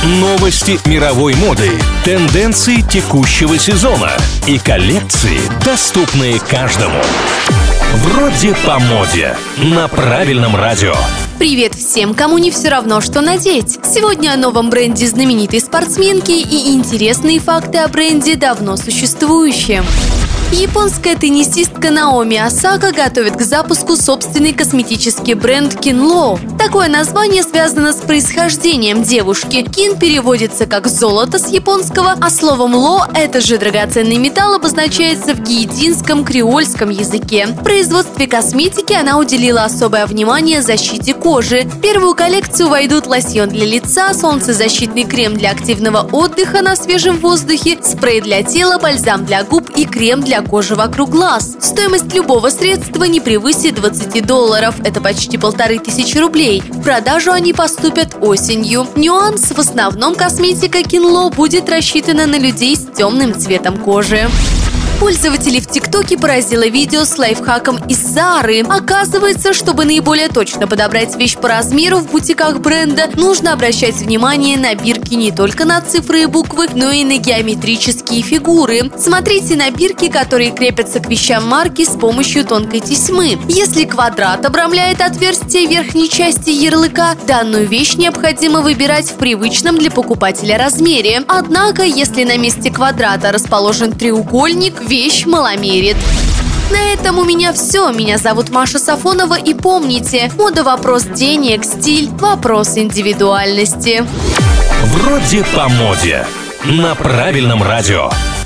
Новости мировой моды, тенденции текущего сезона и коллекции, доступные каждому. Вроде по моде на правильном радио. Привет всем, кому не все равно, что надеть. Сегодня о новом бренде знаменитой спортсменки и интересные факты о бренде, давно существующем. Японская теннисистка Наоми Осака готовит к запуску собственный косметический бренд Kinlo. Такое название связано с происхождением девушки. Кин переводится как «золото» с японского, а словом «ло» – это же драгоценный металл, обозначается в гаитинском креольском языке. В производстве косметики она уделила особое внимание защите кожи. В первую коллекцию войдут лосьон для лица, солнцезащитный крем для активного отдыха на свежем воздухе, спрей для тела, бальзам для губ и крем для кожи вокруг глаз. Стоимость любого средства не превысит $20. Это почти 1500 рублей. В продажу они поступят осенью. Нюанс: в основном косметика Kinlo будет рассчитана на людей с темным цветом кожи. Пользователей в ТикТоке поразило видео с лайфхаком из Зары. Оказывается, чтобы наиболее точно подобрать вещь по размеру в бутиках бренда, нужно обращать внимание на бирки не только на цифры и буквы, но и на геометрические фигуры. Смотрите на бирки, которые крепятся к вещам марки с помощью тонкой тесьмы. Если квадрат обрамляет отверстие верхней части ярлыка, данную вещь необходимо выбирать в привычном для покупателя размере. Однако, если на месте квадрата расположен треугольник, вещь маломерит. На этом у меня все. Меня зовут Маша Сафонова, и помните, мода – вопрос денег, стиль – вопрос индивидуальности. Вроде по моде на правильном радио.